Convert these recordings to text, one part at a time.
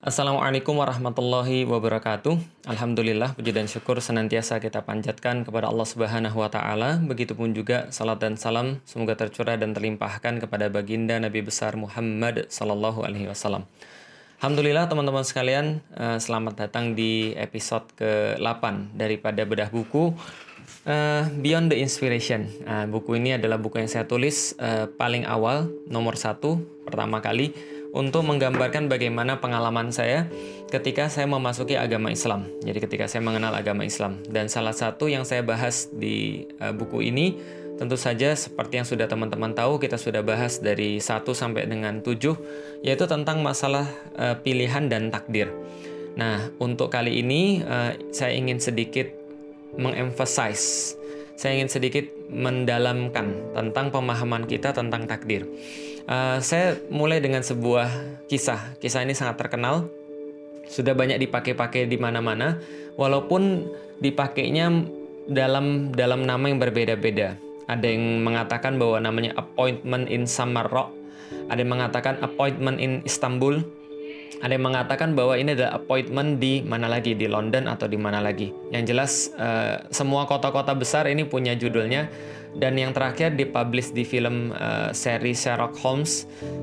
Assalamualaikum warahmatullahi wabarakatuh. Alhamdulillah, puji dan syukur senantiasa kita panjatkan kepada Allah Subhanahu wa Ta'ala. Begitupun juga salat dan salam semoga tercurah dan terlimpahkan kepada baginda Nabi besar Muhammad Sallallahu Alaihi Wasallam. Alhamdulillah teman-teman sekalian, selamat datang di episode ke-8 daripada bedah buku Beyond the Inspiration. Buku ini adalah buku yang saya tulis paling awal, nomor 1, pertama kali, untuk menggambarkan bagaimana pengalaman saya ketika saya memasuki agama Islam. Jadi ketika saya mengenal agama Islam. Dan salah satu yang saya bahas di buku ini, tentu saja seperti yang sudah teman-teman tahu, kita sudah bahas dari 1 sampai dengan 7, yaitu tentang masalah pilihan dan takdir. Nah, untuk kali ini saya ingin sedikit mengemphasize, saya ingin sedikit mendalamkan tentang pemahaman kita tentang takdir. Saya mulai dengan sebuah kisah. Kisah ini sangat terkenal, sudah banyak dipakai-pakai di mana-mana, walaupun dipakainya dalam nama yang berbeda-beda. Ada yang mengatakan bahwa namanya appointment in Samarra, ada yang mengatakan appointment in Istanbul, ada yang mengatakan bahwa ini adalah appointment di mana lagi, di London atau di mana lagi. Yang jelas semua kota-kota besar ini punya judulnya. Dan yang terakhir dipublish di film seri Sherlock Holmes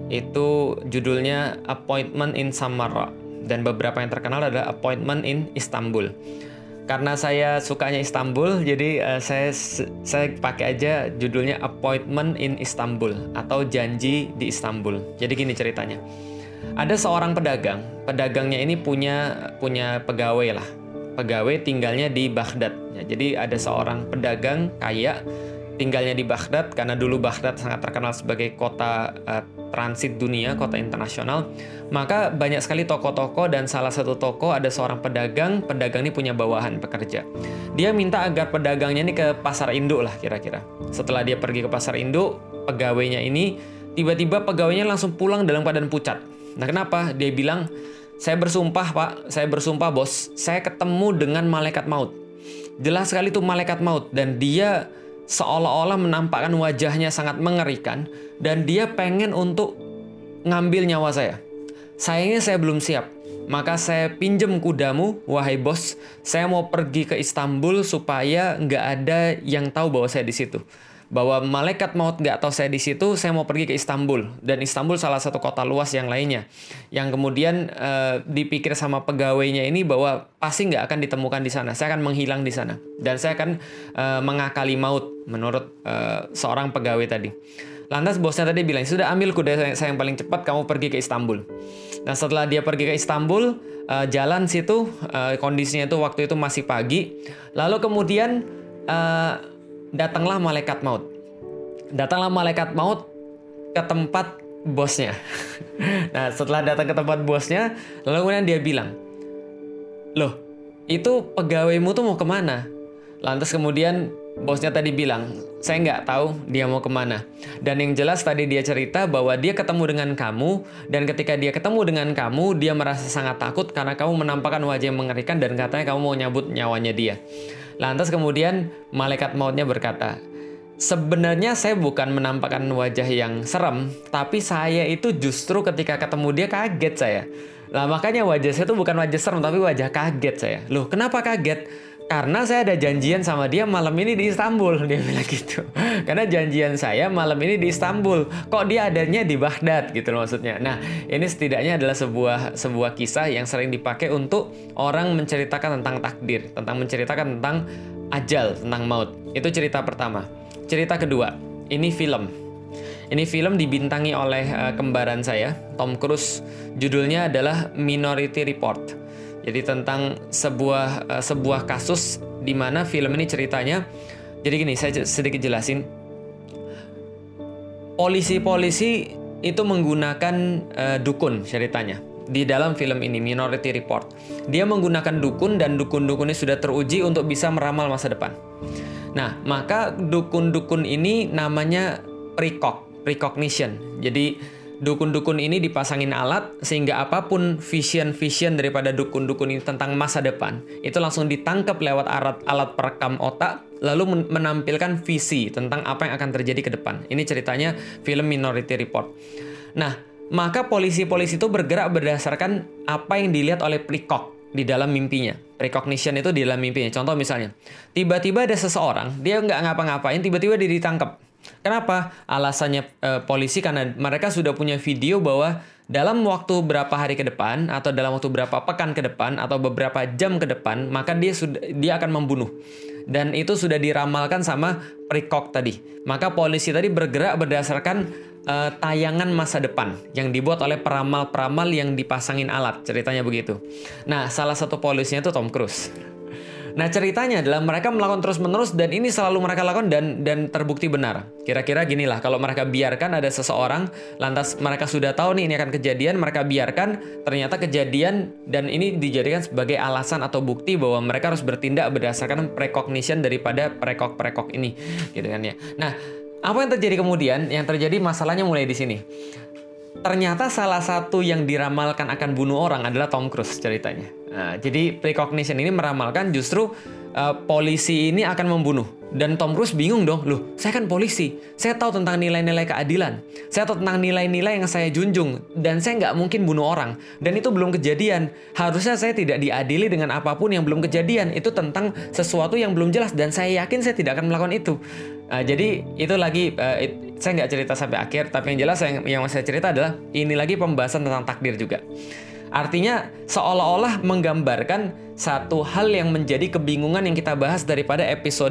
itu judulnya Appointment in Samarra. Dan beberapa yang terkenal adalah Appointment in Istanbul. Karena saya sukanya Istanbul, jadi saya pakai aja judulnya Appointment in Istanbul atau Janji di Istanbul. Jadi gini ceritanya. Ada seorang pedagang. Pedagangnya ini punya pegawai lah. Pegawai tinggalnya di Baghdad. Ya, jadi ada seorang pedagang kaya tinggalnya di Baghdad, karena dulu Baghdad sangat terkenal sebagai kota transit dunia, kota internasional. Maka banyak sekali toko-toko, dan salah satu toko ada seorang pedagang ini punya bawahan pekerja. Dia minta agar pedagangnya ini ke pasar induk lah kira-kira. Setelah dia pergi ke pasar induk, pegawainya ini, tiba-tiba pegawainya langsung pulang dalam keadaan pucat. Nah kenapa? Dia bilang, saya bersumpah pak, saya bersumpah bos, saya ketemu dengan malaikat maut. Jelas sekali itu malaikat maut, dan dia seolah-olah menampakkan wajahnya sangat mengerikan, dan dia pengen untuk ngambil nyawa saya. Sayangnya saya belum siap. Maka saya pinjem kudamu, wahai bos. Saya mau pergi ke Istanbul supaya nggak ada yang tahu bahwa saya di situ. Bahwa malaikat maut nggak tahu saya di situ, saya mau pergi ke Istanbul. Dan Istanbul salah satu kota luas yang lainnya. Yang kemudian dipikir sama pegawainya ini bahwa pasti nggak akan ditemukan di sana. Saya akan menghilang di sana. Dan saya akan mengakali maut menurut seorang pegawai tadi. Lantas bosnya tadi bilang, sudah ambil kuda saya yang paling cepat, kamu pergi ke Istanbul. Nah setelah dia pergi ke Istanbul, jalan situ, kondisinya itu waktu itu masih pagi. Lalu kemudian datanglah malaikat maut. Datanglah malaikat maut ke tempat bosnya. Nah, setelah datang ke tempat bosnya, lalu kemudian dia bilang, loh, itu pegawaimu tuh mau kemana? Lantas kemudian bosnya tadi bilang, saya nggak tahu dia mau kemana. Dan yang jelas tadi dia cerita bahwa dia ketemu dengan kamu, dan ketika dia ketemu dengan kamu, dia merasa sangat takut karena kamu menampakkan wajah yang mengerikan dan katanya kamu mau nyabut nyawanya dia. Lantas kemudian malaikat mautnya berkata, sebenarnya saya bukan menampakkan wajah yang serem, tapi saya itu justru ketika ketemu dia kaget saya. Lah makanya wajah saya itu bukan wajah serem, tapi wajah kaget saya. Loh kenapa kaget? Karena saya ada janjian sama dia malam ini di Istanbul, dia bilang gitu. Karena janjian saya malam ini di Istanbul, kok dia adanya di Baghdad gitu loh maksudnya. Nah, ini setidaknya adalah sebuah kisah yang sering dipakai untuk orang menceritakan tentang takdir, tentang menceritakan tentang ajal, tentang maut. Itu cerita pertama. Cerita kedua, ini film. Ini film dibintangi oleh kembaran saya, Tom Cruise. Judulnya adalah Minority Report. Jadi tentang sebuah kasus di mana film ini ceritanya. Jadi gini, saya sedikit jelasin. Polisi-polisi itu menggunakan dukun ceritanya. Di dalam film ini, Minority Report. Dia menggunakan dukun, dan dukun-dukun ini sudah teruji untuk bisa meramal masa depan. Nah, maka dukun-dukun ini namanya precognition. Jadi dukun-dukun ini dipasangin alat sehingga apapun vision daripada dukun-dukun ini tentang masa depan itu langsung ditangkap lewat alat perekam otak, lalu menampilkan visi tentang apa yang akan terjadi ke depan. Ini ceritanya film Minority Report. Nah, maka polisi-polisi itu bergerak berdasarkan apa yang dilihat oleh Precock di dalam mimpinya. Precognition itu di dalam mimpinya. Contoh misalnya, tiba-tiba ada seseorang, dia nggak ngapa-ngapain, tiba-tiba dia ditangkap. Kenapa? Alasannya polisi karena mereka sudah punya video bahwa dalam waktu berapa hari ke depan, atau dalam waktu berapa pekan ke depan, atau beberapa jam ke depan, maka dia akan membunuh. Dan itu sudah diramalkan sama Precock tadi. Maka polisi tadi bergerak berdasarkan tayangan masa depan yang dibuat oleh peramal-peramal yang dipasangin alat, ceritanya begitu. Nah, salah satu polisinya itu Tom Cruise. Nah, ceritanya adalah mereka melakukan terus-menerus dan ini selalu mereka lakukan dan terbukti benar. Kira-kira ginilah, kalau mereka biarkan ada seseorang, lantas mereka sudah tahu nih ini akan kejadian, mereka biarkan, ternyata kejadian, dan ini dijadikan sebagai alasan atau bukti bahwa mereka harus bertindak berdasarkan precognition daripada Precock ini, gitu kan ya. Nah, apa yang terjadi kemudian? Yang terjadi masalahnya mulai di sini. Ternyata salah satu yang diramalkan akan bunuh orang adalah Tom Cruise ceritanya. Nah, jadi precognition ini meramalkan justru polisi ini akan membunuh. Dan Tom Cruise bingung dong, loh saya kan polisi, saya tahu tentang nilai-nilai keadilan, saya tahu tentang nilai-nilai yang saya junjung, dan saya nggak mungkin bunuh orang. Dan itu belum kejadian, harusnya saya tidak diadili dengan apapun yang belum kejadian. Itu tentang sesuatu yang belum jelas, dan saya yakin saya tidak akan melakukan itu. Jadi itu lagi, saya nggak cerita sampai akhir, tapi yang jelas yang saya cerita adalah ini lagi pembahasan tentang takdir juga. Artinya seolah-olah menggambarkan satu hal yang menjadi kebingungan yang kita bahas daripada episode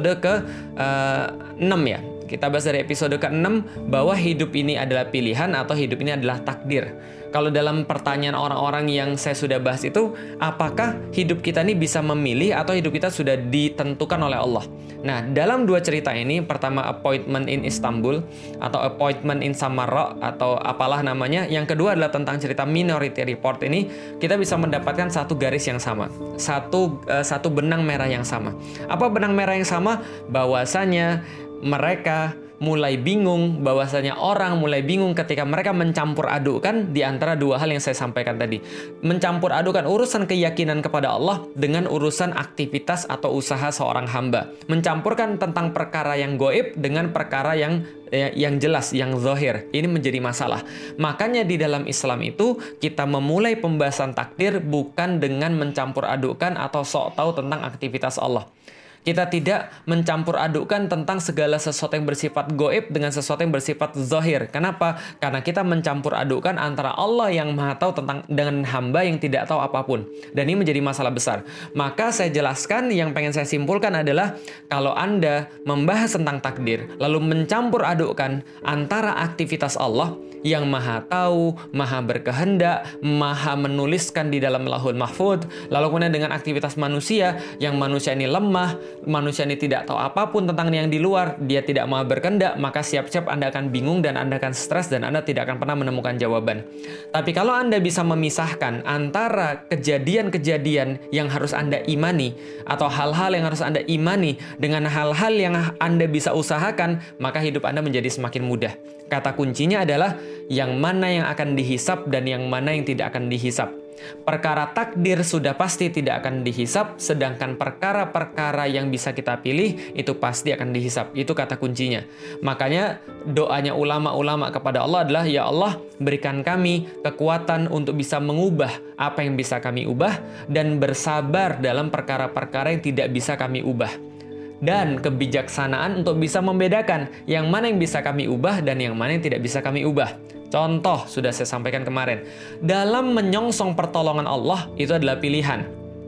ke-6 ya. Kita bahas dari episode ke-6 bahwa hidup ini adalah pilihan atau hidup ini adalah takdir. Kalau dalam pertanyaan orang-orang yang saya sudah bahas itu, apakah hidup kita ini bisa memilih atau hidup kita sudah ditentukan oleh Allah? Nah, dalam dua cerita ini, pertama Appointment in Istanbul atau Appointment in Samarra atau apalah namanya, yang kedua adalah tentang cerita Minority Report ini, kita bisa mendapatkan satu garis yang sama, satu benang merah yang sama. Apa benang merah yang sama? Bahwasanya mereka mulai bingung, bahwasanya orang mulai bingung ketika mereka mencampur adukkan di antara dua hal yang saya sampaikan tadi. Mencampur adukkan urusan keyakinan kepada Allah dengan urusan aktivitas atau usaha seorang hamba. Mencampurkan tentang perkara yang goib dengan perkara yang jelas, yang zahir. Ini menjadi masalah. Makanya di dalam Islam itu kita memulai pembahasan takdir bukan dengan mencampur adukkan atau sok tahu tentang aktivitas Allah. Kita tidak mencampur adukkan tentang segala sesuatu yang bersifat goib dengan sesuatu yang bersifat zahir. Kenapa? Karena kita mencampur adukkan antara Allah yang maha tahu dengan hamba yang tidak tahu apapun. Dan ini menjadi masalah besar. Maka saya jelaskan, yang pengen saya simpulkan adalah kalau Anda membahas tentang takdir, lalu mencampur adukkan antara aktivitas Allah yang maha tahu, maha berkehendak, maha menuliskan di dalam Lauhul Mahfuz, lalu kemudian dengan aktivitas manusia, yang manusia ini lemah, manusia ini tidak tahu apapun tentang yang di luar, dia tidak maha berkehendak, maka siap-siap Anda akan bingung dan Anda akan stres dan Anda tidak akan pernah menemukan jawaban. Tapi kalau Anda bisa memisahkan antara kejadian-kejadian yang harus Anda imani atau hal-hal yang harus Anda imani dengan hal-hal yang Anda bisa usahakan, maka hidup Anda menjadi semakin mudah. Kata kuncinya adalah yang mana yang akan dihisap dan yang mana yang tidak akan dihisap. Perkara takdir sudah pasti tidak akan dihisap, sedangkan perkara-perkara yang bisa kita pilih itu pasti akan dihisap. Itu kata kuncinya. Makanya doanya ulama-ulama kepada Allah adalah, ya Allah, berikan kami kekuatan untuk bisa mengubah apa yang bisa kami ubah dan bersabar dalam perkara-perkara yang tidak bisa kami ubah. Dan kebijaksanaan untuk bisa membedakan yang mana yang bisa kami ubah dan yang mana yang tidak bisa kami ubah. Contoh sudah saya sampaikan kemarin. Dalam menyongsong pertolongan Allah itu adalah pilihan.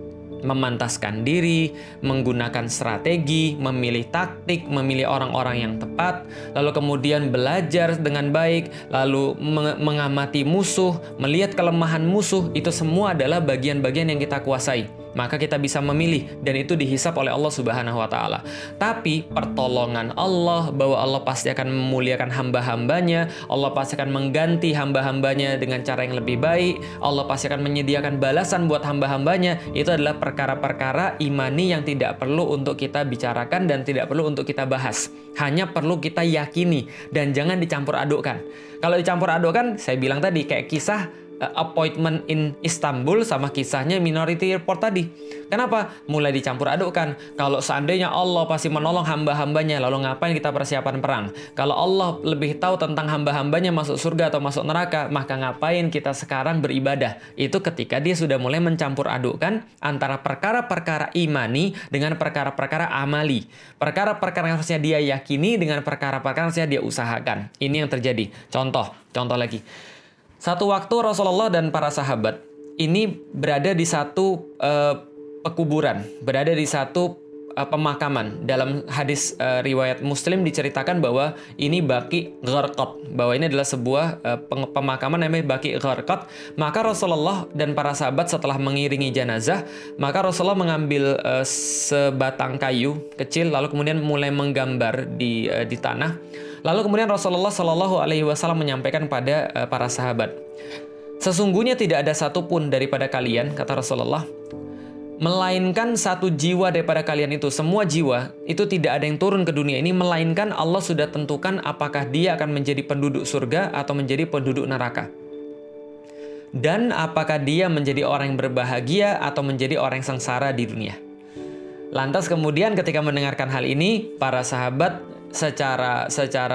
Memantaskan diri, menggunakan strategi, memilih taktik, memilih orang-orang yang tepat, lalu kemudian belajar dengan baik, lalu mengamati musuh, melihat kelemahan musuh, itu semua adalah bagian-bagian yang kita kuasai. Maka kita bisa memilih dan itu dihisap oleh Allah Subhanahu wa taala. Tapi pertolongan Allah, bahwa Allah pasti akan memuliakan hamba-hambanya, Allah pasti akan mengganti hamba-hambanya dengan cara yang lebih baik, Allah pasti akan menyediakan balasan buat hamba-hambanya, itu adalah perkara-perkara imani yang tidak perlu untuk kita bicarakan dan tidak perlu untuk kita bahas. Hanya perlu kita yakini dan jangan dicampur adukkan. Kalau dicampur adukkan, saya bilang tadi kayak kisah appointment in Istanbul sama kisahnya Minority Report tadi. Kenapa? Mulai dicampur adukkan. Kalau seandainya Allah pasti menolong hamba-hambanya, lalu ngapain kita persiapan perang? Kalau Allah lebih tahu tentang hamba-hambanya masuk surga atau masuk neraka, maka ngapain kita sekarang beribadah? Itu ketika dia sudah mulai mencampur adukkan antara perkara-perkara imani dengan perkara-perkara amali. Perkara-perkara yang harusnya dia yakini dengan perkara-perkara yang harusnya dia usahakan. Ini yang terjadi. Contoh lagi. Satu waktu Rasulullah dan para sahabat ini berada di satu pekuburan, berada di satu pemakaman. Dalam hadis riwayat Muslim diceritakan bahwa ini Baqi Gharqad, bahwa ini adalah sebuah pemakaman namanya Baqi Gharqad. Maka Rasulullah dan para sahabat setelah mengiringi jenazah, maka Rasulullah mengambil sebatang kayu kecil lalu kemudian mulai menggambar di tanah. Lalu kemudian Rasulullah Shallallahu Alaihi Wasallam menyampaikan pada para sahabat, sesungguhnya tidak ada satupun daripada kalian, kata Rasulullah, melainkan satu jiwa daripada kalian itu, semua jiwa itu tidak ada yang turun ke dunia ini, melainkan Allah sudah tentukan apakah dia akan menjadi penduduk surga atau menjadi penduduk neraka. Dan apakah dia menjadi orang yang berbahagia atau menjadi orang yang sengsara di dunia. Lantas kemudian ketika mendengarkan hal ini, para sahabat secara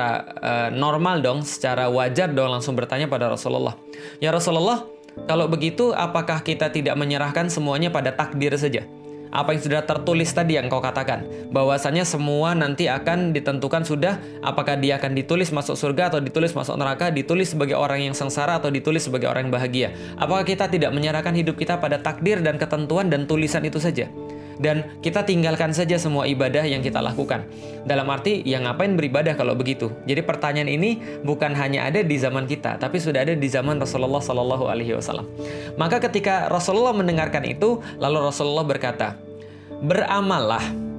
normal dong, secara wajar dong langsung bertanya pada Rasulullah, ya Rasulullah, kalau begitu apakah kita tidak menyerahkan semuanya pada takdir saja? Apa yang sudah tertulis tadi yang kau katakan, bahwasanya semua nanti akan ditentukan sudah, apakah dia akan ditulis masuk surga atau ditulis masuk neraka, ditulis sebagai orang yang sengsara atau ditulis sebagai orang yang bahagia. Apakah kita tidak menyerahkan hidup kita pada takdir dan ketentuan dan tulisan itu saja? Dan kita tinggalkan saja semua ibadah yang kita lakukan. Dalam arti, ya ngapain beribadah kalau begitu? Jadi pertanyaan ini bukan hanya ada di zaman kita, tapi sudah ada di zaman Rasulullah Sallallahu Alaihi Wasallam. Maka ketika Rasulullah mendengarkan itu, lalu Rasulullah berkata, beramallah,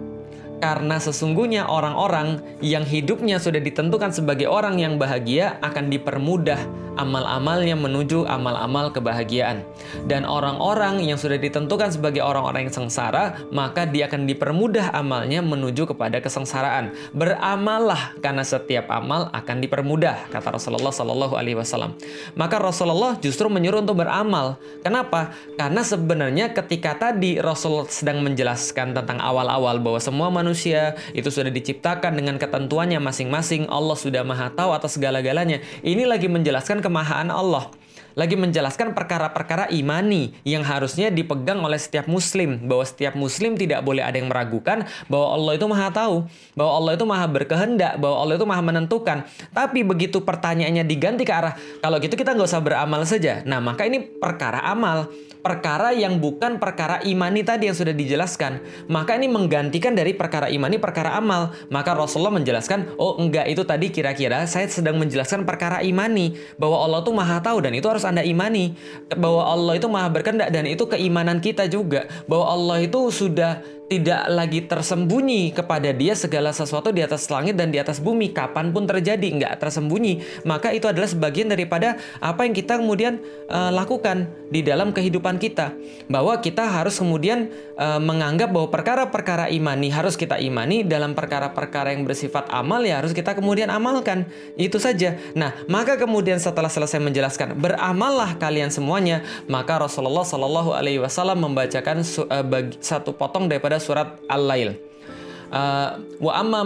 karena sesungguhnya orang-orang yang hidupnya sudah ditentukan sebagai orang yang bahagia akan dipermudah amal-amalnya menuju amal-amal kebahagiaan. Dan orang-orang yang sudah ditentukan sebagai orang-orang yang sengsara, maka dia akan dipermudah amalnya menuju kepada kesengsaraan. Beramallah karena setiap amal akan dipermudah, kata Rasulullah Sallallahu Alaihi Wasallam. Maka Rasulullah justru menyuruh untuk beramal. Kenapa? Karena sebenarnya ketika tadi Rasul sedang menjelaskan tentang awal-awal bahwa semua manusia itu sudah diciptakan dengan ketentuannya masing-masing, Allah sudah Maha tahu atas segala-galanya. Ini lagi menjelaskan kemahaan Allah, lagi menjelaskan perkara-perkara imani yang harusnya dipegang oleh setiap muslim, bahwa setiap muslim tidak boleh ada yang meragukan bahwa Allah itu Maha tahu, bahwa Allah itu Maha berkehendak, bahwa Allah itu Maha menentukan. Tapi begitu pertanyaannya diganti ke arah, kalau gitu kita nggak usah beramal saja. Nah, maka ini perkara amal, perkara yang bukan perkara imani tadi yang sudah dijelaskan. Maka ini menggantikan dari perkara imani, perkara amal. Maka Rasulullah menjelaskan, oh enggak, itu tadi kira-kira saya sedang menjelaskan perkara imani, bahwa Allah itu Maha tahu dan itu harus Anda imani, bahwa Allah itu Maha berkehendak dan itu keimanan kita juga, bahwa Allah itu sudah tidak lagi tersembunyi kepada dia segala sesuatu di atas langit dan di atas bumi, kapanpun terjadi, nggak tersembunyi. Maka itu adalah sebagian daripada apa yang kita kemudian lakukan di dalam kehidupan kita, bahwa kita harus kemudian menganggap bahwa perkara-perkara imani harus kita imani, dalam perkara-perkara yang bersifat amal ya harus kita kemudian amalkan, itu saja. Nah, maka kemudian setelah selesai menjelaskan beramallah kalian semuanya, maka Rasulullah Shallallahu Alaihi Wasallam membacakan satu potong daripada surat Al-Lail. Wa amma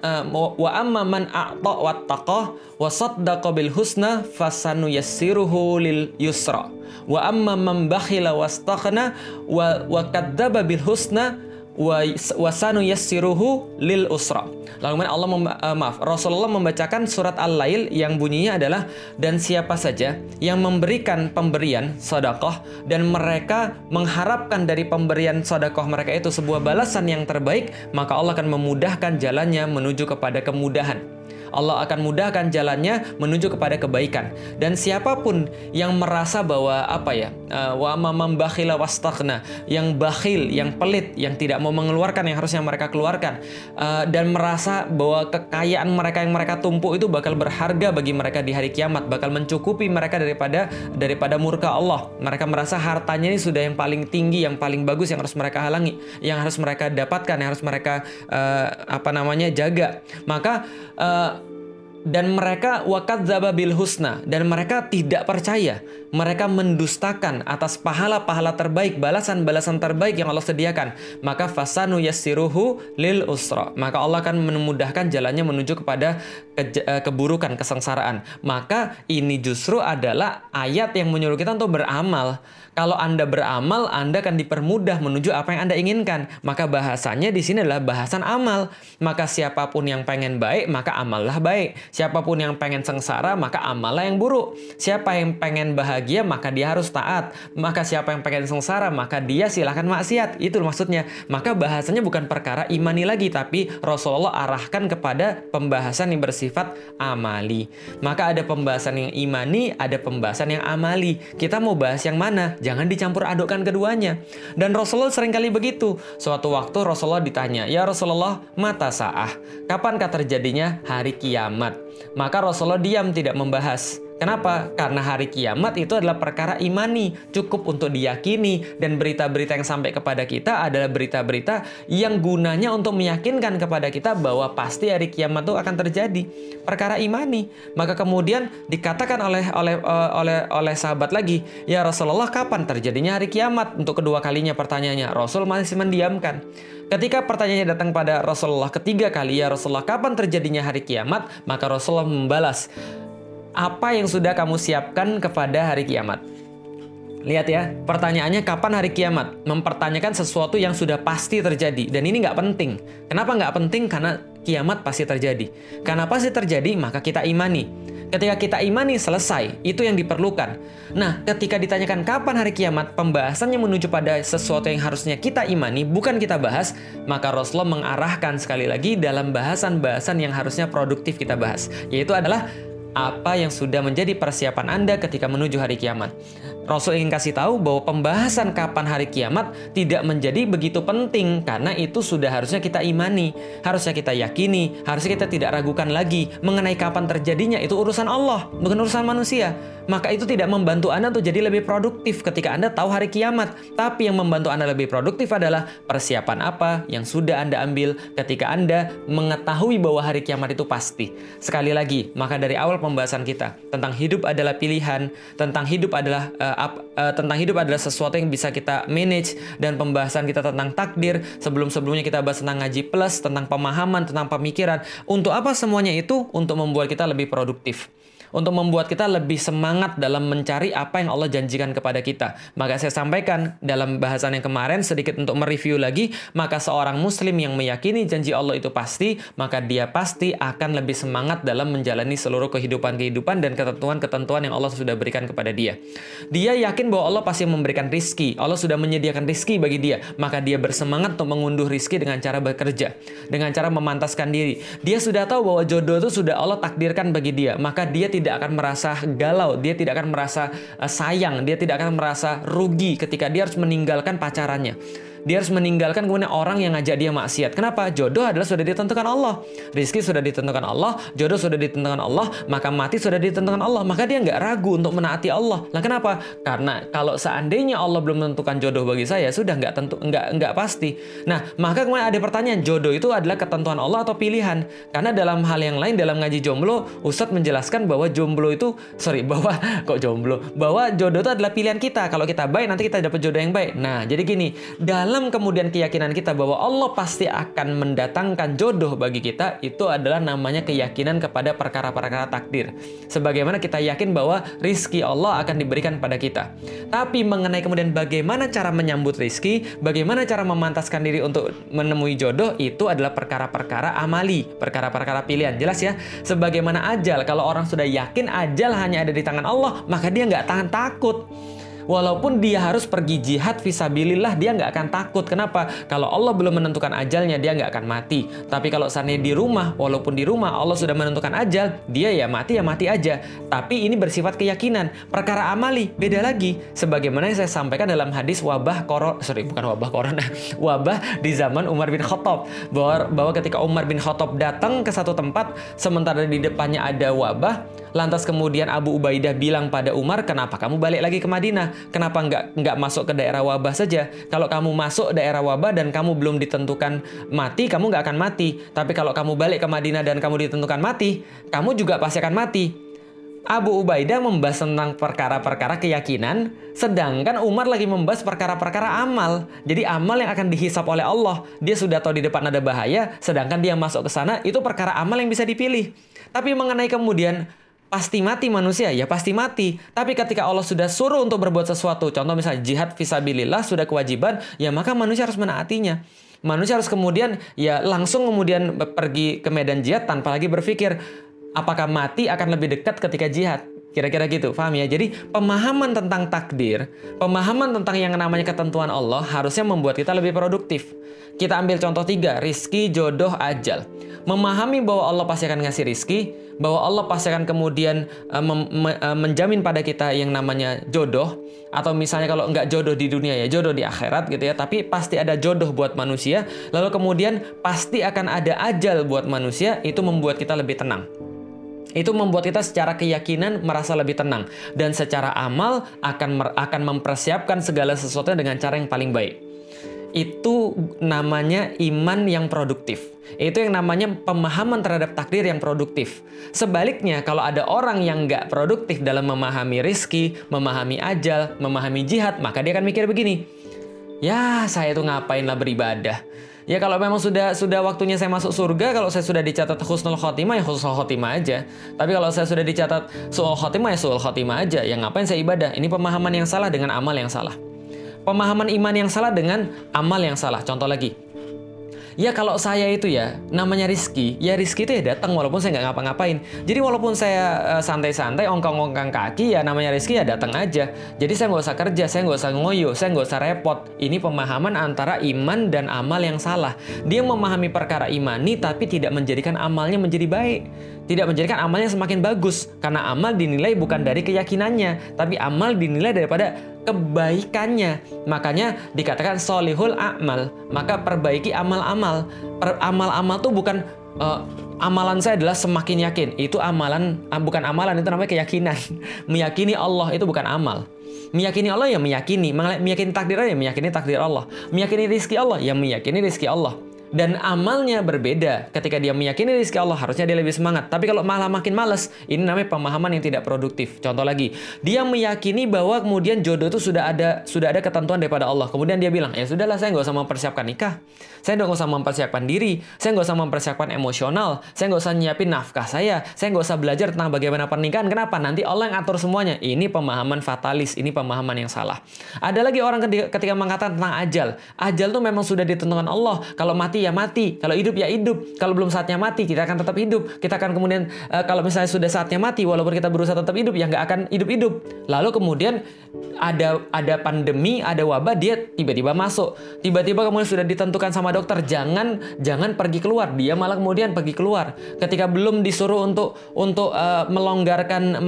man a'ta wattaqah wa saddaqa bil husna fasanuyassiruhu lil yusra wa amma man bakhila wastaghna wa kadzdzaba bil husna wa sanuyassiruhu lil usra. Lalu Rasulullah membacakan surat Al-Lail yang bunyinya adalah, dan siapa saja yang memberikan pemberian sedekah dan mereka mengharapkan dari pemberian sedekah mereka itu sebuah balasan yang terbaik, maka Allah akan memudahkan jalannya menuju kepada kemudahan. Allah akan mudahkan jalannya menuju kepada kebaikan. Dan siapapun yang merasa bahwa wa amman bakhila wastaghna, yang bakhil, yang pelit, yang tidak mau mengeluarkan yang harusnya mereka keluarkan, dan merasa bahwa kekayaan mereka yang mereka tumpuk itu bakal berharga bagi mereka di hari kiamat, bakal mencukupi mereka daripada murka Allah. Mereka merasa hartanya ini sudah yang paling tinggi, yang paling bagus, yang harus mereka halangi, yang harus mereka dapatkan, yang harus mereka jaga. Maka Dan mereka wakadzdzaba bil husna, dan mereka tidak percaya. Mereka mendustakan atas pahala-pahala terbaik, balasan-balasan terbaik yang Allah sediakan. Maka fasanu yassiruhu lil usra. Maka Allah akan memudahkan jalannya menuju kepada keburukan, kesengsaraan. Maka ini justru adalah ayat yang menyuruh kita untuk beramal. Kalau Anda beramal, Anda akan dipermudah menuju apa yang Anda inginkan. Maka bahasanya di sini adalah bahasan amal. Maka siapapun yang pengen baik, maka amallah baik. Siapapun yang pengen sengsara, maka amallah yang buruk. Siapa yang pengen bahagia, maka dia harus taat. Maka siapa yang pengen sengsara, maka dia silahkan maksiat. Itu maksudnya. Maka bahasanya bukan perkara imani lagi, tapi Rasulullah arahkan kepada pembahasan yang bersifat amali. Maka ada pembahasan yang imani, ada pembahasan yang amali. Kita mau bahas yang mana? Jangan dicampur adukkan keduanya. Dan Rasulullah seringkali begitu. Suatu waktu Rasulullah ditanya, "Ya Rasulullah, mata sa'ah? Kapankah terjadinya hari kiamat?" Maka Rasulullah diam, tidak membahas. Kenapa? Karena hari kiamat itu adalah perkara imani, cukup untuk diyakini, dan berita-berita yang sampai kepada kita adalah berita-berita yang gunanya untuk meyakinkan kepada kita bahwa pasti hari kiamat itu akan terjadi. Perkara imani. Maka kemudian dikatakan oleh sahabat lagi, "Ya Rasulullah, kapan terjadinya hari kiamat?" Untuk kedua kalinya pertanyaannya, Rasul masih mendiamkan. Ketika pertanyaannya datang pada Rasulullah ketiga kali, "Ya Rasulullah, kapan terjadinya hari kiamat?" Maka Rasulullah membalas, "Apa yang sudah kamu siapkan kepada hari kiamat?" Lihat ya, pertanyaannya kapan hari kiamat? Mempertanyakan sesuatu yang sudah pasti terjadi. Dan ini nggak penting. Kenapa nggak penting? Karena kiamat pasti terjadi. Karena pasti terjadi, maka kita imani. Ketika kita imani, selesai. Itu yang diperlukan. Nah, ketika ditanyakan kapan hari kiamat, pembahasannya menuju pada sesuatu yang harusnya kita imani, bukan kita bahas, maka Rasulullah mengarahkan sekali lagi dalam bahasan-bahasan yang harusnya produktif kita bahas. Yaitu adalah apa yang sudah menjadi persiapan Anda ketika menuju hari kiamat. Rasul ingin kasih tahu bahwa pembahasan kapan hari kiamat tidak menjadi begitu penting karena itu sudah harusnya kita imani, harusnya kita yakini, harusnya kita tidak ragukan lagi mengenai kapan terjadinya. Itu urusan Allah, bukan urusan manusia. Maka itu tidak membantu Anda untuk jadi lebih produktif ketika Anda tahu hari kiamat. Tapi yang membantu Anda lebih produktif adalah persiapan apa yang sudah Anda ambil ketika Anda mengetahui bahwa hari kiamat itu pasti. Sekali lagi, maka dari awal pembahasan kita tentang hidup adalah pilihan, tentang hidup adalah sesuatu yang bisa kita manage, dan pembahasan kita tentang takdir. Sebelumnya kita bahas tentang ngaji plus, tentang pemahaman, tentang pemikiran. Untuk apa semuanya itu? Untuk membuat kita lebih produktif. Untuk membuat kita lebih semangat dalam mencari apa yang Allah janjikan kepada kita. Maka saya sampaikan dalam bahasan yang kemarin sedikit untuk mereview lagi, maka seorang muslim yang meyakini janji Allah itu pasti, maka dia pasti akan lebih semangat dalam menjalani seluruh kehidupan dan ketentuan-ketentuan yang Allah sudah berikan kepada dia. Dia yakin bahwa Allah pasti memberikan rizki, Allah sudah menyediakan rizki bagi dia, maka dia bersemangat untuk mengunduh rizki dengan cara bekerja, dengan cara memantaskan diri. Dia sudah tahu bahwa jodoh itu sudah Allah takdirkan bagi dia, maka dia tidak akan merasa galau, dia tidak akan merasa sayang, dia tidak akan merasa rugi ketika dia harus meninggalkan pacarannya. Dia harus meninggalkan kemudian orang yang ngajak dia maksiat. Kenapa? Jodoh adalah sudah ditentukan Allah. Rizki sudah ditentukan Allah, jodoh sudah ditentukan Allah, maka mati sudah ditentukan Allah. Maka dia nggak ragu untuk menaati Allah. Nah, kenapa? Karena kalau seandainya Allah belum menentukan jodoh bagi saya, sudah nggak pasti. Nah, maka kemudian ada pertanyaan, jodoh itu adalah ketentuan Allah atau pilihan? Karena dalam hal yang lain, dalam ngaji jomblo, Ustadz menjelaskan bahwa bahwa jodoh itu adalah pilihan kita. Kalau kita baik, nanti kita dapat jodoh yang baik. Nah, jadi gini, dalam kemudian keyakinan kita bahwa Allah pasti akan mendatangkan jodoh bagi kita, itu adalah namanya keyakinan kepada perkara-perkara takdir. Sebagaimana kita yakin bahwa rizki Allah akan diberikan pada kita. Tapi mengenai kemudian bagaimana cara menyambut rizki, bagaimana cara memantaskan diri untuk menemui jodoh, itu adalah perkara-perkara amali, perkara-perkara pilihan. Jelas ya? Sebagaimana ajal, kalau orang sudah yakin ajal hanya ada di tangan Allah, maka dia nggak tahan takut. Walaupun dia harus pergi jihad fisabilillah, dia nggak akan takut. Kenapa? Kalau Allah belum menentukan ajalnya, dia nggak akan mati. Tapi kalau seandainya di rumah, walaupun di rumah Allah sudah menentukan ajal, dia ya mati aja. Tapi ini bersifat keyakinan. Perkara amali, beda lagi. Sebagaimana yang saya sampaikan dalam hadis wabah di zaman Umar bin Khattab. Bahwa ketika Umar bin Khattab datang ke satu tempat, sementara di depannya ada wabah, lantas kemudian Abu Ubaidah bilang pada Umar, "Kenapa kamu balik lagi ke Madinah?" Kenapa nggak masuk ke daerah wabah saja? Kalau kamu masuk daerah wabah dan kamu belum ditentukan mati, kamu nggak akan mati. Tapi kalau kamu balik ke Madinah dan kamu ditentukan mati, kamu juga pasti akan mati. Abu Ubaidah membahas tentang perkara-perkara keyakinan, sedangkan Umar lagi membahas perkara-perkara amal. Jadi amal yang akan dihisap oleh Allah. Dia sudah tahu di depan ada bahaya, sedangkan dia masuk ke sana, itu perkara amal yang bisa dipilih. Tapi mengenai kemudian pasti mati manusia, ya pasti mati. Tapi ketika Allah sudah suruh untuk berbuat sesuatu, contoh misalnya jihad fisabilillah sudah kewajiban, ya maka manusia harus menaatinya. Manusia harus kemudian ya langsung kemudian pergi ke medan jihad tanpa lagi berpikir apakah mati akan lebih dekat ketika jihad. Kira-kira gitu, paham ya? Jadi pemahaman tentang takdir, pemahaman tentang yang namanya ketentuan Allah harusnya membuat kita lebih produktif. Kita ambil contoh 3, rizki, jodoh, ajal. Memahami bahwa Allah pasti akan ngasih rizki, bahwa Allah pasti akan kemudian menjamin pada kita yang namanya jodoh, atau misalnya kalau nggak jodoh di dunia ya jodoh di akhirat gitu ya, tapi pasti ada jodoh buat manusia, lalu kemudian pasti akan ada ajal buat manusia, itu membuat kita lebih tenang. Itu membuat kita secara keyakinan merasa lebih tenang, dan secara amal akan mempersiapkan segala sesuatu dengan cara yang paling baik. Itu namanya iman yang produktif. Itu yang namanya pemahaman terhadap takdir yang produktif. Sebaliknya, kalau ada orang yang nggak produktif dalam memahami rizki, memahami ajal, memahami jihad, maka dia akan mikir begini, ya saya tuh ngapain lah beribadah. Ya kalau memang sudah waktunya saya masuk surga, kalau saya sudah dicatat husnul khotimah ya husnul khotimah aja. Tapi kalau saya sudah dicatat su'ul khotimah ya su'ul khotimah aja. Ya ngapain saya ibadah? Ini pemahaman yang salah dengan amal yang salah. Pemahaman iman yang salah dengan amal yang salah. Contoh lagi. Ya kalau saya itu ya namanya rizki, ya rizki itu ya datang walaupun saya nggak ngapa-ngapain. Jadi walaupun saya santai-santai, ongkang-ongkang kaki, ya namanya rizki ya datang aja. Jadi saya nggak usah kerja, saya nggak usah ngoyo, saya nggak usah repot. Ini pemahaman antara iman dan amal yang salah. Dia memahami perkara imani tapi tidak menjadikan amalnya menjadi baik. Tidak menjadikan amalnya semakin bagus. Karena amal dinilai bukan dari keyakinannya, tapi amal dinilai daripada kebaikannya. Makanya dikatakan solihul a'mal. Maka perbaiki amal-amal. Amal-amal tuh bukan amalan saya adalah semakin yakin. Itu amalan, bukan amalan, itu namanya keyakinan. Meyakini Allah itu bukan amal. Meyakini Allah ya meyakini. Meyakini takdir Allah ya meyakini takdir Allah. Meyakini rizki Allah ya meyakini rizki Allah. Dan amalnya berbeda. Ketika dia meyakini rizki Allah, harusnya dia lebih semangat. Tapi kalau malah makin malas, ini namanya pemahaman yang tidak produktif. Contoh lagi, dia meyakini bahwa kemudian jodoh itu sudah ada ketentuan daripada Allah. Kemudian dia bilang, ya sudahlah, saya nggak usah mempersiapkan nikah. Saya nggak usah mempersiapkan diri. Saya nggak usah mempersiapkan emosional. Saya nggak usah nyiapin nafkah saya. Saya nggak usah belajar tentang bagaimana pernikahan. Kenapa? Nanti Allah yang atur semuanya. Ini pemahaman fatalis. Ini pemahaman yang salah. Ada lagi orang ketika mengatakan tentang ajal. Ajal itu memang sudah ditentukan Allah. Kalau mati ya mati, kalau hidup ya hidup. Kalau belum saatnya mati, kita akan tetap hidup. Kita akan kemudian kalau misalnya sudah saatnya mati, walaupun kita berusaha tetap hidup, ya nggak akan hidup-hidup. Lalu kemudian ada pandemi, ada wabah, dia tiba-tiba masuk. Tiba-tiba kemudian sudah ditentukan sama dokter, jangan pergi keluar. Dia malah kemudian pergi keluar. Ketika belum disuruh untuk melonggarkan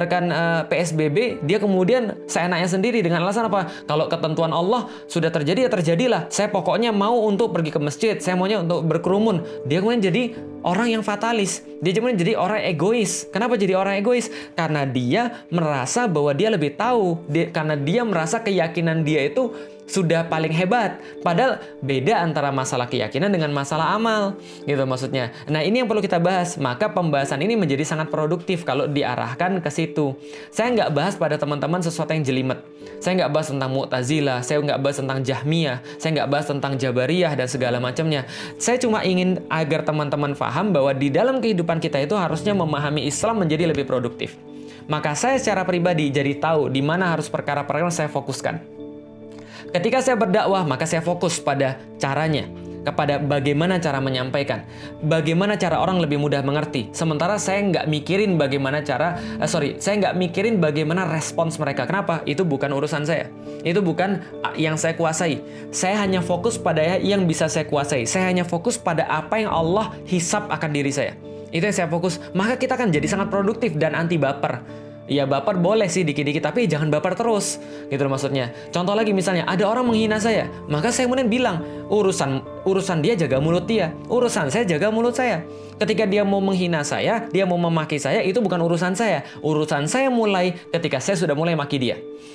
PSBB, dia kemudian seenaknya sendiri dengan alasan apa? Kalau ketentuan Allah sudah terjadi ya terjadilah. Saya pokoknya mau untuk pergi ke masjid. Saya maunya untuk berkerumun. Dia kemudian jadi orang yang fatalis. Dia kemudian jadi orang egois. Kenapa jadi orang egois? Karena dia merasa bahwa dia lebih tahu. Karena dia merasa keyakinan dia itu sudah paling hebat. Padahal beda antara masalah keyakinan dengan masalah amal. Gitu maksudnya. Nah ini yang perlu kita bahas. Maka pembahasan ini menjadi sangat produktif kalau diarahkan ke situ. Saya nggak bahas pada teman-teman sesuatu yang jelimet. Saya nggak bahas tentang Mu'tazilah. Saya nggak bahas tentang Jahmiyah. Saya nggak bahas tentang Jabariyah dan segala macamnya. Saya cuma ingin agar teman-teman paham bahwa di dalam kehidupan kita itu harusnya memahami Islam menjadi lebih produktif. Maka saya secara pribadi jadi tahu di mana harus perkara-perkara saya fokuskan. Ketika saya berdakwah, maka saya fokus pada caranya, kepada bagaimana cara menyampaikan, bagaimana cara orang lebih mudah mengerti. Sementara saya nggak mikirin saya nggak mikirin bagaimana respons mereka. Kenapa? Itu bukan urusan saya. Itu bukan yang saya kuasai. Saya hanya fokus pada yang bisa saya kuasai. Saya hanya fokus pada apa yang Allah hisap akan diri saya. Itu yang saya fokus. Maka kita akan jadi sangat produktif dan anti baper. Ya baper boleh sih dikit-dikit, tapi jangan baper terus. Gitu maksudnya. Contoh lagi misalnya, ada orang menghina saya. Maka saya kemudian bilang, urusan dia jaga mulut dia. Urusan saya jaga mulut saya. Ketika dia mau menghina saya, dia mau memaki saya, itu bukan urusan saya. Urusan saya mulai ketika saya sudah mulai maki dia.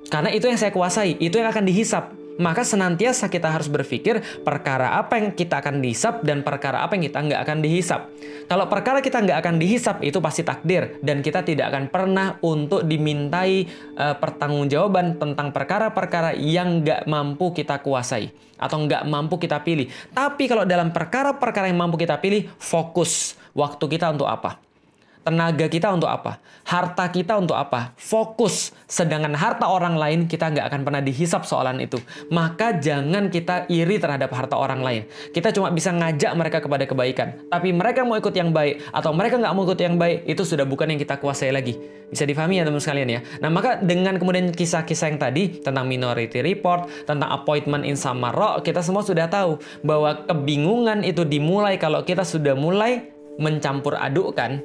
Karena itu yang saya kuasai, itu yang akan dihisap. Maka senantiasa kita harus berpikir perkara apa yang kita akan dihisap dan perkara apa yang kita nggak akan dihisap. Kalau perkara kita nggak akan dihisap, itu pasti takdir. Dan kita tidak akan pernah untuk dimintai pertanggungjawaban tentang perkara-perkara yang nggak mampu kita kuasai atau nggak mampu kita pilih. Tapi kalau dalam perkara-perkara yang mampu kita pilih, fokus. Waktu kita untuk apa? Tenaga kita untuk apa? Harta kita untuk apa? Fokus. Sedangkan harta orang lain kita nggak akan pernah dihisap soalan itu. Maka jangan kita iri terhadap harta orang lain. Kita cuma bisa ngajak mereka kepada kebaikan. Tapi mereka mau ikut yang baik atau mereka nggak mau ikut yang baik, itu sudah bukan yang kita kuasai lagi. Bisa difahami ya teman-teman sekalian ya. Nah maka dengan kemudian kisah-kisah yang tadi tentang Minority Report, tentang appointment in Samarra, kita semua sudah tahu bahwa kebingungan itu dimulai kalau kita sudah mulai mencampur adukkan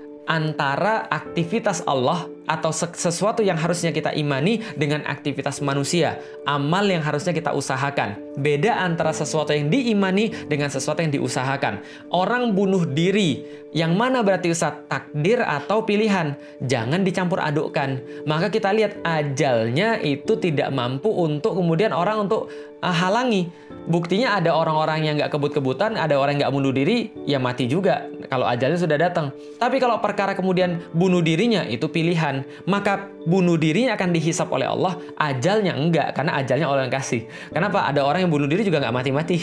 antara aktivitas Allah atau sesuatu yang harusnya kita imani dengan aktivitas manusia, amal yang harusnya kita usahakan. Beda antara sesuatu yang diimani dengan sesuatu yang diusahakan. Orang bunuh diri, yang mana berarti Ustaz? Takdir atau pilihan? Jangan dicampur adukkan. Maka kita lihat ajalnya itu tidak mampu untuk kemudian orang untuk halangi. Buktinya ada orang-orang yang nggak kebut-kebutan, ada orang yang nggak bunuh diri, ya mati juga kalau ajalnya sudah datang. Tapi kalau perkara kemudian bunuh dirinya, itu pilihan. Maka bunuh dirinya akan dihisap oleh Allah, ajalnya enggak, karena ajalnya Allah yang kasih. Kenapa? Ada orang yang bunuh diri juga nggak mati-mati.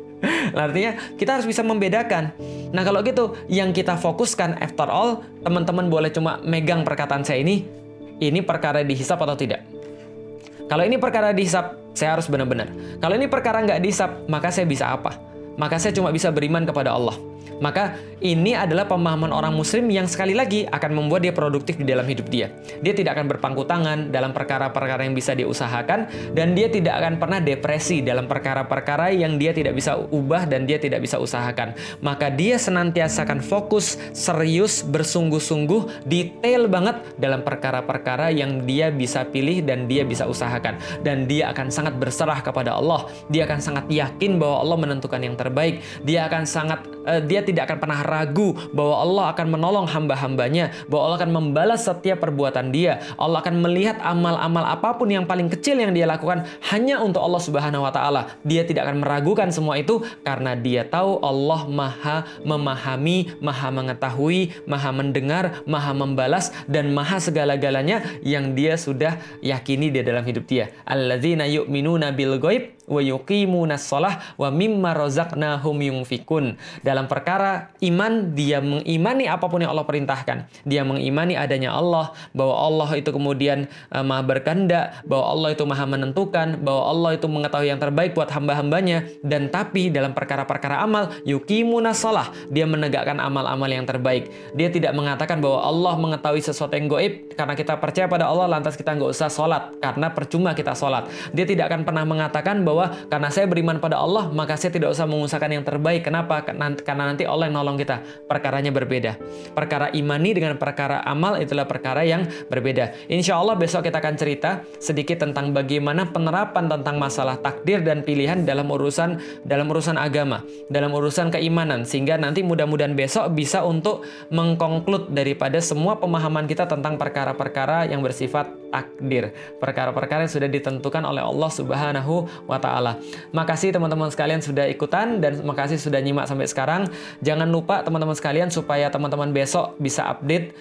Artinya kita harus bisa membedakan. Nah kalau gitu, yang kita fokuskan after all, teman-teman boleh cuma megang perkataan saya ini perkara dihisap atau tidak. Kalau ini perkara dihisap, saya harus benar-benar. Kalau ini perkara nggak dihisap, maka saya bisa apa? Maka saya cuma bisa beriman kepada Allah. Maka ini adalah pemahaman orang muslim yang sekali lagi akan membuat dia produktif di dalam hidup dia. Dia tidak akan berpangku tangan dalam perkara-perkara yang bisa dia usahakan, dan dia tidak akan pernah depresi dalam perkara-perkara yang dia tidak bisa ubah dan dia tidak bisa usahakan. Maka dia senantiasa akan fokus, serius, bersungguh-sungguh, detail banget dalam perkara-perkara yang dia bisa pilih dan dia bisa usahakan. Dan dia akan sangat berserah kepada Allah. Dia akan sangat yakin bahwa Allah menentukan yang terbaik. Dia akan dia tidak akan pernah ragu bahwa Allah akan menolong hamba-hambanya, bahwa Allah akan membalas setiap perbuatan dia. Allah akan melihat amal-amal apapun yang paling kecil yang dia lakukan hanya untuk Allah Subhanahu wa taala. Dia tidak akan meragukan semua itu karena dia tahu Allah Maha memahami, Maha mengetahui, Maha mendengar, Maha membalas, dan Maha segala-galanya yang dia sudah yakini di dalam hidup dia. Alladzina yu'minuna bil ghaib wa yuqimunas shalah wa mimma razaqnahum yunfikun. Dalam perkara iman, dia mengimani apapun yang Allah perintahkan. Dia mengimani adanya Allah, bahwa Allah itu kemudian Maha berkehendak, bahwa Allah itu Maha menentukan, bahwa Allah itu mengetahui yang terbaik buat hamba-hambanya. Dan tapi dalam perkara-perkara amal, yuqimunas shalah, dia menegakkan amal-amal yang terbaik. Dia tidak mengatakan bahwa Allah mengetahui sesuatu yang gaib, karena kita percaya pada Allah lantas kita nggak usah sholat, karena percuma kita sholat. Dia tidak akan pernah mengatakan bahwa karena saya beriman pada Allah, maka saya tidak usah mengusahakan yang terbaik. Kenapa? Karena nanti Allah yang nolong kita. Perkaranya berbeda. Perkara imani dengan perkara amal itulah perkara yang berbeda. Insya Allah besok kita akan cerita sedikit tentang bagaimana penerapan tentang masalah takdir dan pilihan dalam urusan agama, dalam urusan keimanan, sehingga nanti mudah-mudahan besok bisa untuk mengkonklud daripada semua pemahaman kita tentang perkara-perkara yang bersifat takdir, perkara-perkara yang sudah ditentukan oleh Allah Subhanahu wa taala. Makasih teman-teman sekalian sudah ikutan dan makasih sudah nyimak sampai sekarang. Jangan lupa teman-teman sekalian, supaya teman-teman besok bisa update,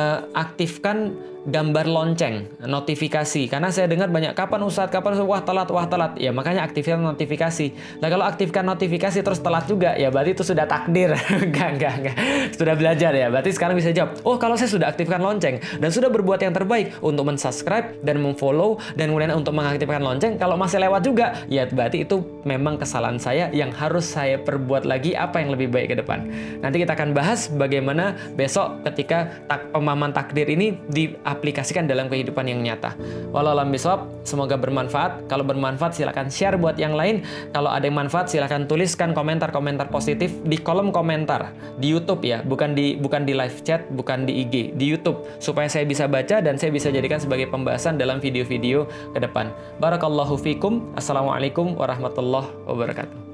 aktifkan gambar lonceng, notifikasi. Karena saya dengar banyak, kapan Ustadz, wah telat. Ya makanya aktifkan notifikasi. Nah kalau aktifkan notifikasi terus telat juga, ya berarti itu sudah takdir. Enggak. Sudah belajar ya. Berarti sekarang bisa jawab, oh kalau saya sudah aktifkan lonceng dan sudah berbuat yang terbaik untuk mensubscribe dan memfollow dan kemudian untuk mengaktifkan lonceng, kalau masih lewat juga, ya berarti itu memang kesalahan saya yang harus saya perbuat lagi apa yang lebih baik ke depan. Nanti kita akan bahas bagaimana besok ketika pemahaman takdir ini diaplikasikan dalam kehidupan yang nyata. Wallahu a'lam bishawab, semoga bermanfaat. Kalau bermanfaat silakan share buat yang lain. Kalau ada yang manfaat silakan tuliskan komentar-komentar positif di kolom komentar di YouTube ya, bukan di live chat, bukan di IG, di YouTube, supaya saya bisa baca dan saya bisa jadikan sebagai pembahasan dalam video-video ke depan. Barakallahu fikum. Assalamualaikum warahmatullahi wabarakatuh.